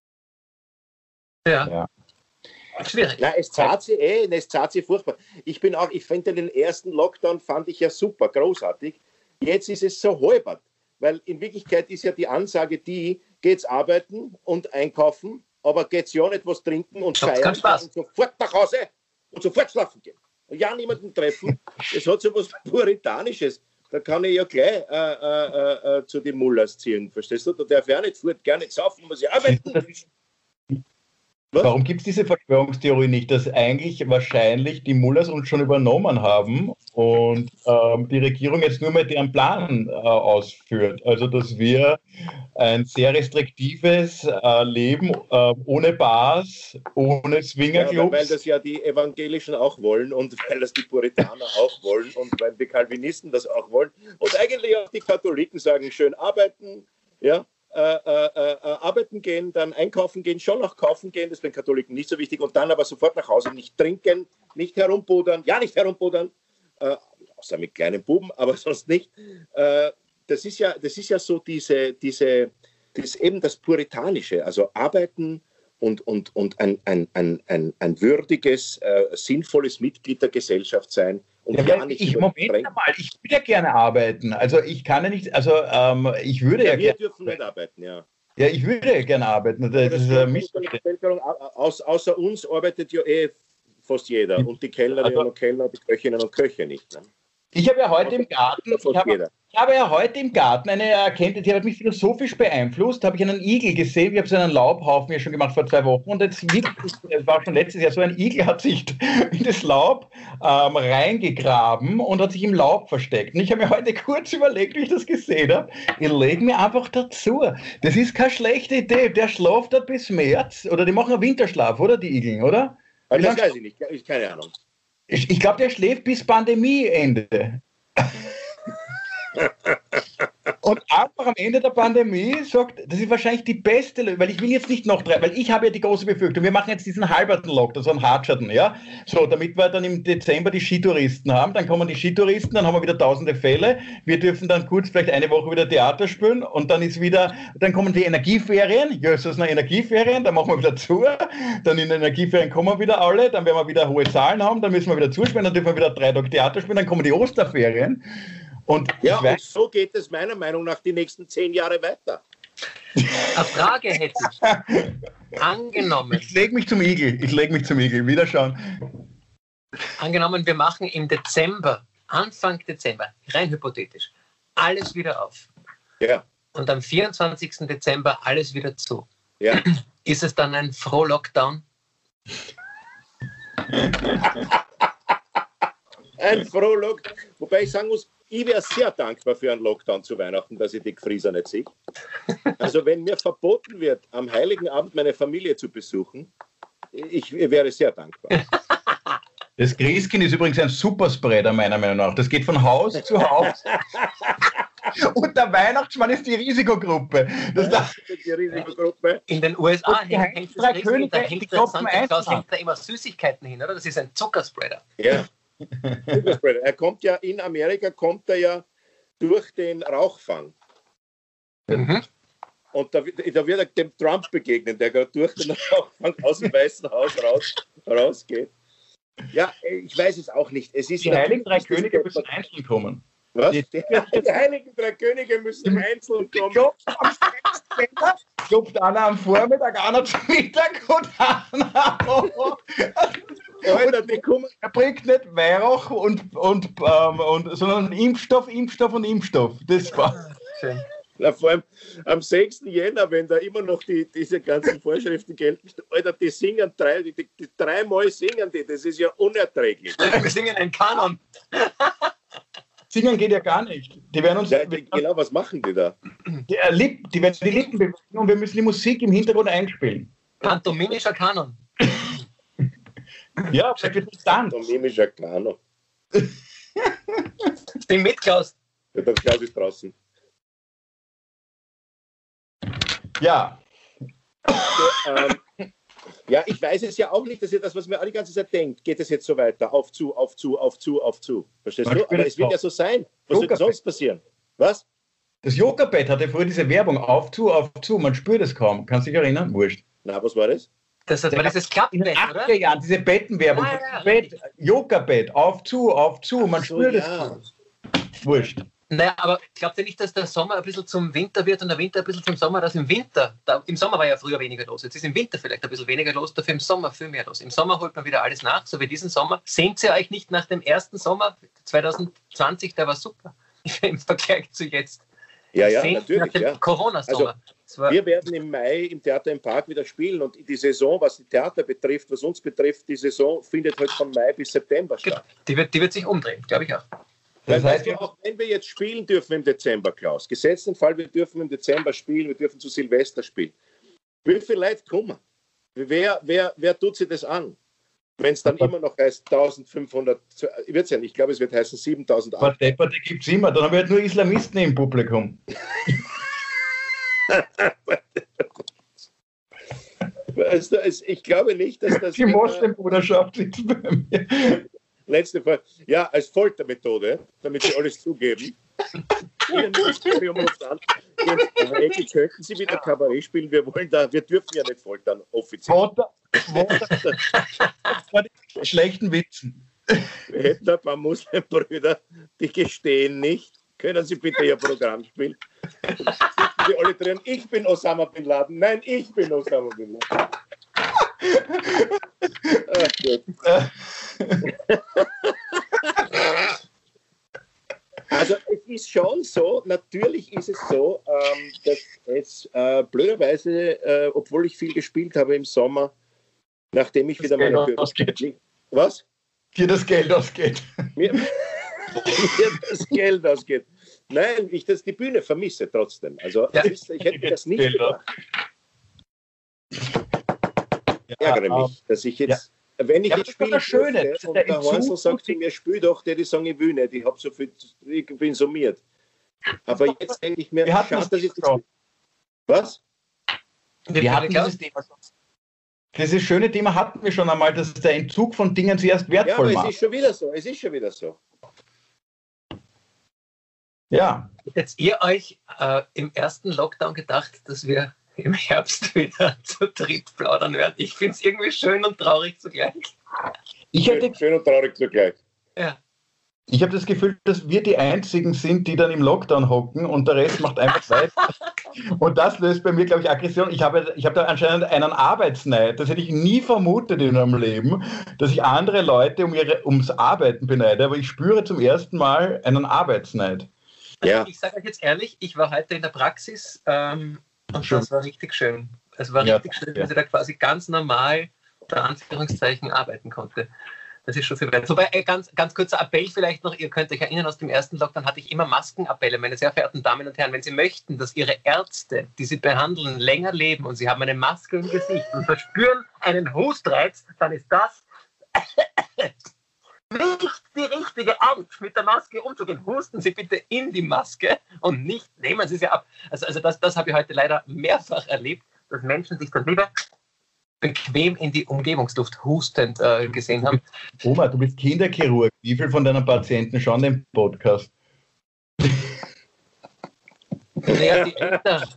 Ja. Schwierig. Nein, es zahlt sich furchtbar. Ich finde den ersten Lockdown fand ich ja super, großartig. Jetzt ist es so holpert. Weil in Wirklichkeit ist ja die Ansage geht's arbeiten und einkaufen, aber geht's ja nicht was trinken und feiern und sofort nach Hause und sofort schlafen gehen. Ja, niemanden treffen. Es hat so was Puritanisches. Da kann ich ja gleich zu den Mullers ziehen, verstehst du? Da darf ich auch nicht fort, gar nicht saufen, muss ich arbeiten. Was? Warum gibt es diese Verschwörungstheorie nicht, dass eigentlich wahrscheinlich die Mullers uns schon übernommen haben und die Regierung jetzt nur mehr deren Plan ausführt? Also, dass wir ein sehr restriktives Leben ohne Bars, ohne Swingerclubs. Ja, weil das ja die Evangelischen auch wollen und weil das die Puritaner auch wollen und weil die Calvinisten das auch wollen und eigentlich auch die Katholiken sagen, schön arbeiten, ja. Arbeiten gehen, dann einkaufen gehen, schon noch kaufen gehen, das ist bei den Katholiken nicht so wichtig, und dann aber sofort nach Hause, nicht trinken, nicht herumpudern, außer mit kleinen Buben, aber sonst nicht. Das ist ja so eben das Puritanische, also arbeiten und ein würdiges, sinnvolles Mitglied der Gesellschaft sein. Und ja, ich würde ja gerne arbeiten. Also ich kann ja nicht, ich würde ja wir dürfen nicht arbeiten, ja. Ja, ich würde ja gerne arbeiten. Außer uns arbeitet ja fast jeder. Und die Kellnerinnen und Kellner, die Köchinnen und Köche nicht. Ne? Ich habe ja heute im Garten, eine Erkenntnis, die hat mich philosophisch beeinflusst. Habe ich einen Igel gesehen, ich habe so einen Laubhaufen ja schon gemacht vor 2 Wochen, und es war schon letztes Jahr, so ein Igel hat sich in das Laub reingegraben und hat sich im Laub versteckt. Und ich habe mir heute kurz überlegt, wie ich das gesehen habe, ich lege mir einfach dazu. Das ist keine schlechte Idee, der schläft dort bis März, oder die machen einen Winterschlaf, oder die Igeln, oder? Das weiß ich nicht, keine Ahnung. Ich glaube, der schläft bis Pandemieende. Und einfach am Ende der Pandemie sagt, das ist wahrscheinlich die beste, weil ich will jetzt nicht noch weil ich habe ja die große Befürchtung, wir machen jetzt diesen halberten Lockdown, so einen Hartschatten, ja, so, damit wir dann im Dezember die Skitouristen haben, dann kommen die Skitouristen, dann haben wir wieder tausende Fälle, wir dürfen dann kurz vielleicht eine Woche wieder Theater spielen und dann dann kommen die Energieferien, Jesus, Energieferien, dann machen wir wieder zu, dann in den Energieferien kommen wieder alle, dann werden wir wieder hohe Zahlen haben, dann müssen wir wieder zuspielen, dann dürfen wir wieder 3 Tage Theater spielen, dann kommen die Osterferien. Und so geht es meiner Meinung nach die nächsten 10 Jahre weiter. Eine Frage hätte ich. Angenommen. Ich lege mich zum Igel. Wieder schauen. Angenommen, wir machen im Dezember, Anfang Dezember, rein hypothetisch, alles wieder auf. Ja. Und am 24. Dezember alles wieder zu. Ja. Ist es dann ein Froh-Lockdown? Ein Froh-Lockdown. Wobei ich sagen muss, ich wäre sehr dankbar für einen Lockdown zu Weihnachten, dass ich die Gefrieser nicht sehe. Also wenn mir verboten wird, am Heiligen Abend meine Familie zu besuchen, ich wäre sehr dankbar. Das Christkind ist übrigens ein Superspreader, meiner Meinung nach. Das geht von Haus zu Haus. Und der Weihnachtsmann ist die Risikogruppe. Die Risikogruppe. In den USA hängt da immer Süßigkeiten hin, oder? Das ist ein Zuckerspreader. Ja. Er kommt ja in Amerika durch den Rauchfang. Mhm. Und da wird er dem Trump begegnen, der gerade durch den Rauchfang aus dem Weißen Haus rausgeht. Ja, ich weiß es auch nicht. Es ist die Heiligen 3 Könige müssen einzeln kommen. Was? Die Heiligen 3 Könige müssen einzeln kommen. Klopft einer am Vormittag, einer zum Mittag und einer. Alter, er bringt nicht Weihrauch sondern Impfstoff. Das war schön. Na, vor allem am 6. Jänner, wenn da immer noch diese ganzen Vorschriften gelten, Alter, die singen die 3-mal singen die, das ist ja unerträglich. Wir singen einen Kanon. Singen geht ja gar nicht. Die werden uns. Genau, was machen die da? Die werden die Lippen bewegen und wir müssen die Musik im Hintergrund einspielen. Pantomimischer Kanon. Ja, das wird nicht dann. Pantomimischer Kanon. Sing mit, Klaus. Ja, der Klaus ist draußen. Ja. Ja, ich weiß es ja auch nicht, dass ihr das, was mir auch die ganze Zeit denkt, geht es jetzt so weiter, auf zu. Verstehst du? Aber es wird ja so sein. Was wird sonst passieren? Was? Das Yoga-Bett hatte früher diese Werbung, auf zu, man spürt es kaum. Kannst du dich erinnern? Wurscht. Na, was war das? Das war dieses Klappbett, in den 80er Jahren, diese Bettenwerbung. Ja. Yoga-Bett, auf zu, man spürt es kaum. Wurscht. Naja, aber glaubt ihr nicht, dass der Sommer ein bisschen zum Winter wird und der Winter ein bisschen zum Sommer, dass im Winter, im Sommer war ja früher weniger los, jetzt ist im Winter vielleicht ein bisschen weniger los, dafür im Sommer viel mehr los. Im Sommer holt man wieder alles nach, so wie diesen Sommer. Sehnt ihr euch nicht nach dem ersten Sommer 2020, der war super im Vergleich zu jetzt? Ja, natürlich. Nach dem Corona-Sommer. Also, wir werden im Mai im Theater im Park wieder spielen und die Saison, was die Theater betrifft, was uns betrifft, die Saison findet halt von Mai bis September statt. Die wird sich umdrehen, glaube ich auch. Das heißt, auch wenn wir jetzt spielen dürfen im Dezember, Klaus, gesetzt den Fall, wir dürfen im Dezember spielen, wir dürfen zu Silvester spielen. Wie viele Leute kommen? Wer tut sich das an? Wenn es dann immer noch heißt 1500, wird es ja nicht, ich glaube, es wird heißen 7000. Aber Depperte gibt es immer, dann haben wir halt nur Islamisten im Publikum. Also, ich glaube nicht, dass das... Die Moslembruderschaft sitzt bei mir. Letzte Frage. Ja, als Foltermethode, damit Sie alles zugeben. Innenministerium ruft an. Endlich könnten Sie wieder Kabarett spielen. Wir dürfen ja nicht foltern, offiziell. Vor den schlechten Witzen. Wir hätten ein paar Muslimbrüder, die gestehen nicht. Können Sie bitte Ihr Programm spielen? Die alle drin, ich bin Osama Bin Laden. Nein, ich bin Osama Bin Laden. Ach, gut. Also es ist schon so, natürlich ist es so, dass es blöderweise, obwohl ich viel gespielt habe im Sommer, nachdem ich wieder meine... Was? Dir das Geld ausgeht. Mir das Geld ausgeht. Nein, ich die Bühne vermisse trotzdem. Also ich hätte das nicht gemacht. Ich ärgere mich, dass ich jetzt, wenn ich jetzt spielen durfte und der Hansel sagt zu mir, spiel doch, die sagen, ich will nicht, ich habe so viel, ich bin summiert. Aber jetzt denke ich mir, schade, dass ich das... Was? Wir hatten dieses Thema schon. Dieses schöne Thema hatten wir schon einmal, dass der Entzug von Dingen zuerst wertvoll macht. Ja, aber es ist schon wieder so. Ja. Hättet ihr euch im ersten Lockdown gedacht, dass wir im Herbst wieder zu dritt plaudern werden? Ich finde es irgendwie schön und traurig zugleich. Schön und traurig zugleich. Ja. Ich habe das Gefühl, dass wir die Einzigen sind, die dann im Lockdown hocken und der Rest macht einfach weiter. Und das löst bei mir, glaube ich, Aggression. Ich habe da anscheinend einen Arbeitsneid. Das hätte ich nie vermutet in meinem Leben, dass ich andere Leute ums Arbeiten beneide. Aber ich spüre zum ersten Mal einen Arbeitsneid. Also ich sage euch jetzt ehrlich, ich war heute in der Praxis und das war richtig schön. Es war richtig schön, dass ich da quasi ganz normal, unter Anführungszeichen, arbeiten konnte. Das ist schon viel wert. Wobei, ganz kurzer Appell vielleicht noch, ihr könnt euch erinnern, aus dem ersten Lockdown hatte ich immer Maskenappelle. Meine sehr verehrten Damen und Herren, wenn Sie möchten, dass Ihre Ärzte, die Sie behandeln, länger leben und Sie haben eine Maske im Gesicht und verspüren einen Hustreiz, dann ist das nicht die richtige Art, mit der Maske umzugehen. Husten Sie bitte in die Maske und nicht nehmen Sie sie ab. Also das habe ich heute leider mehrfach erlebt, dass Menschen sich dann lieber bequem in die Umgebungsluft hustend gesehen haben. Oma, du bist Kinderchirurg. Wie viele von deinen Patienten schauen den Podcast? Naja, die Eltern.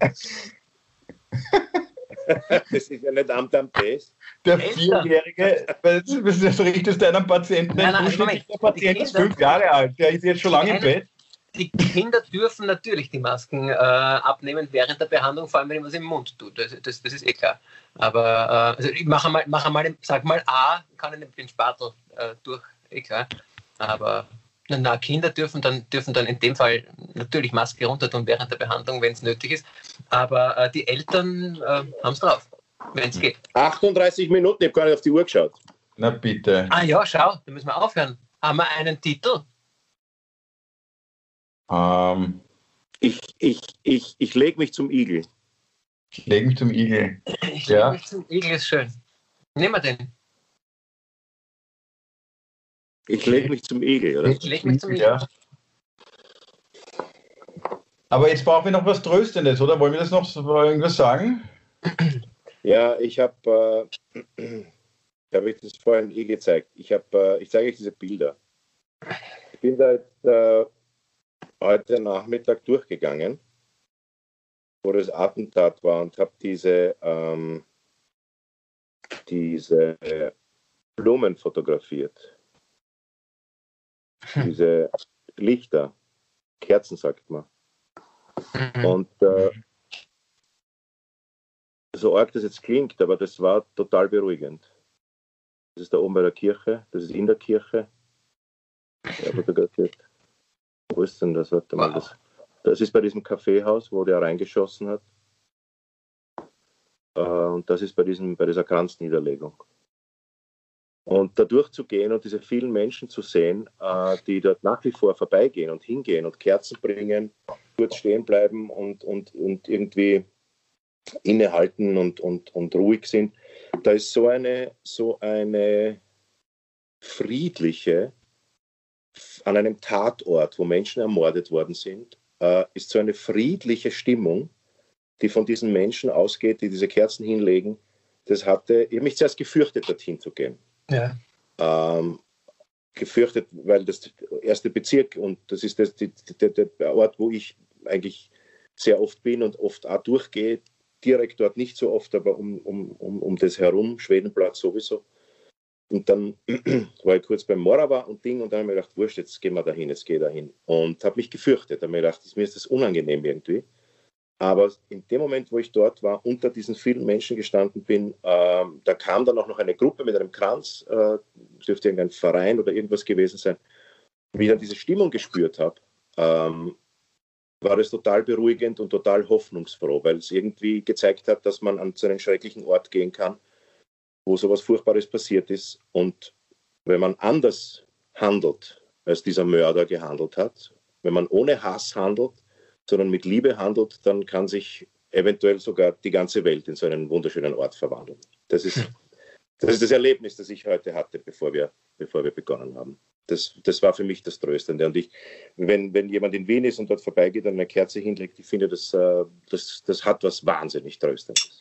Das ist ja nicht Amt am Test. Der Vierjährige, das richtest du einem Patienten. Der Patient ist 5 Jahre alt, der ist jetzt schon lange im Bett. Die Kinder dürfen natürlich die Masken abnehmen während der Behandlung, vor allem wenn man was im Mund tut. Das ist eh klar. Aber also ich sag mal A, kann ich den Spatel durch, eh klar. Aber Kinder dürfen dann in dem Fall natürlich Maske runter tun während der Behandlung, wenn es nötig ist. Aber die Eltern haben es drauf, wenn es geht. 38 Minuten, ich habe gar nicht auf die Uhr geschaut. Na bitte. Ah ja, schau, da müssen wir aufhören. Haben wir einen Titel? Ich lege mich zum Igel. Ich lege mich zum Igel. Ich lege mich zum Igel, ist schön. Nehmen wir den. Ich lege mich zum Igel, oder? Ich lege mich zum Igel. Ja. Aber jetzt brauchen wir noch was Tröstendes, oder? Wollen wir das noch irgendwas sagen? Ja, ich habe ich das vorhin gezeigt. Ich zeige euch diese Bilder. Ich bin da jetzt heute Nachmittag durchgegangen, wo das Attentat war und habe diese Blumen fotografiert. Diese Lichter. Kerzen, sagt man. Und so arg das jetzt klingt, aber das war total beruhigend. Das ist da oben bei der Kirche, das ist in der Kirche. Ja, wo ist denn das? Warte mal, das ist bei diesem Kaffeehaus, wo der reingeschossen hat. Und das ist bei dieser Kranzniederlegung. Und da durchzugehen und diese vielen Menschen zu sehen, die dort nach wie vor vorbeigehen und hingehen und Kerzen bringen, kurz stehen bleiben und irgendwie innehalten und ruhig sind, da ist so eine friedliche, an einem Tatort, wo Menschen ermordet worden sind, ist so eine friedliche Stimmung, die von diesen Menschen ausgeht, die diese Kerzen hinlegen. Ich habe mich zuerst gefürchtet, dorthin zu gehen. Ja. Gefürchtet, weil das der erste Bezirk und das ist der Ort, wo ich eigentlich sehr oft bin und oft auch durchgehe. Direkt dort nicht so oft, aber um das herum, Schwedenplatz sowieso. Und dann war ich kurz beim Morava und Ding und dann habe ich mir gedacht, wurscht, jetzt gehen wir dahin, jetzt gehe ich dahin. Und habe mich gefürchtet, habe mir gedacht, mir ist das unangenehm irgendwie. Aber in dem Moment, wo ich dort war, unter diesen vielen Menschen gestanden bin, da kam dann auch noch eine Gruppe mit einem Kranz, dürfte irgendein Verein oder irgendwas gewesen sein. Wie ich dann diese Stimmung gespürt habe, war das total beruhigend und total hoffnungsfroh, weil es irgendwie gezeigt hat, dass man an so einen schrecklichen Ort gehen kann, wo sowas Furchtbares passiert ist. Und wenn man anders handelt, als dieser Mörder gehandelt hat, wenn man ohne Hass handelt, sondern mit Liebe handelt, dann kann sich eventuell sogar die ganze Welt in so einen wunderschönen Ort verwandeln. Das ist das Erlebnis, das ich heute hatte, bevor wir begonnen haben. Das war für mich das Tröstende. Und wenn jemand in Wien ist und dort vorbeigeht und eine Kerze hinlegt, ich finde, das hat was wahnsinnig Tröstendes.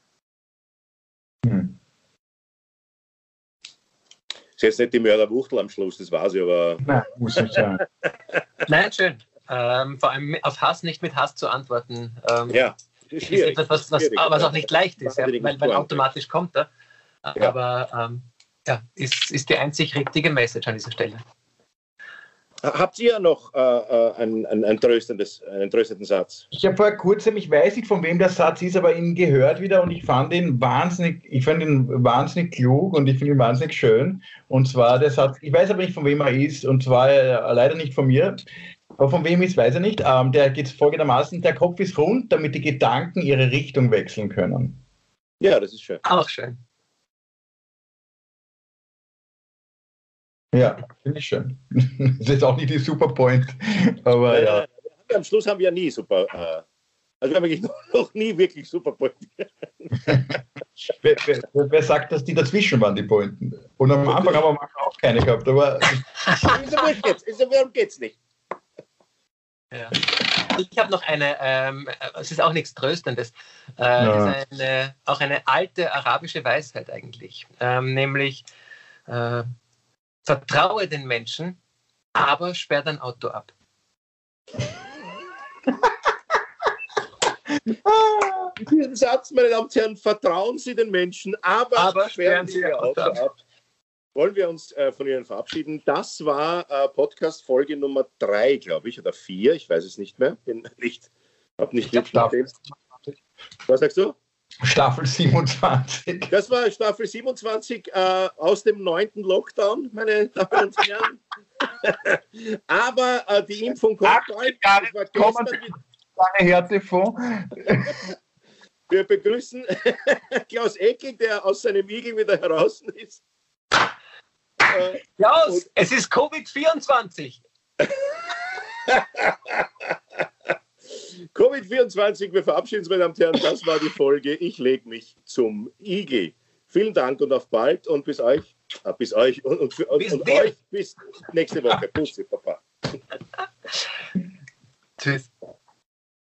Ist jetzt nicht die Mörderwuchtel am Schluss, das war sie, aber... Nein, muss nicht sein. Nein, schön. Vor allem auf Hass nicht mit Hass zu antworten. Ja, ist etwas, was auch nicht leicht ist, ja, weil automatisch kommt er. Ja. Aber ist die einzig richtige Message an dieser Stelle. Habt ihr noch einen tröstenden Satz? Ich habe vor kurzem, ich weiß nicht, von wem der Satz ist, aber ihn gehört wieder und ich fand ihn wahnsinnig klug und ich finde ihn wahnsinnig schön. Und zwar der Satz, ich weiß aber nicht, von wem er ist, und zwar leider nicht von mir. Aber von wem ist, weiß er nicht. Der geht folgendermaßen: Der Kopf ist rund, damit die Gedanken ihre Richtung wechseln können. Ja, das ist schön. Auch schön. Ja, finde ich schön. Das ist jetzt auch nicht die Superpoint, aber ja. Am Schluss haben wir ja nie super. Also wir haben eigentlich noch nie wirklich Superpoint. Wer sagt, dass die dazwischen waren, die Pointen? Und am Anfang haben wir auch keine gehabt, aber... Warum geht's nicht? Ja. Ich habe noch eine, es ist auch nichts Tröstendes, das ist auch eine alte arabische Weisheit eigentlich, nämlich vertraue den Menschen, aber sperr dein Auto ab. Diesen Satz, meine Damen und Herren, vertrauen Sie den Menschen, aber sperren Sie Ihr Auto ab. Wollen wir uns von Ihnen verabschieden? Das war Podcast-Folge Nummer 3, glaube ich, oder 4, ich weiß es nicht mehr. Habe nicht mitgenommen. Was sagst du? Staffel 27. Das war Staffel 27 aus dem 9. Lockdown, meine Damen und Herren. Aber die Impfung kommt bald. Lange her, TV. Wir begrüßen Klaus Eckel, der aus seinem Igel wieder heraus ist. Klaus, es ist Covid-24. Covid-24, wir verabschieden uns, meine Damen und Herren. Das war die Folge. Ich lege mich zum Igel. Vielen Dank und auf bald und bis euch und euch bis nächste Woche. Pussy, Papa. Tschüss.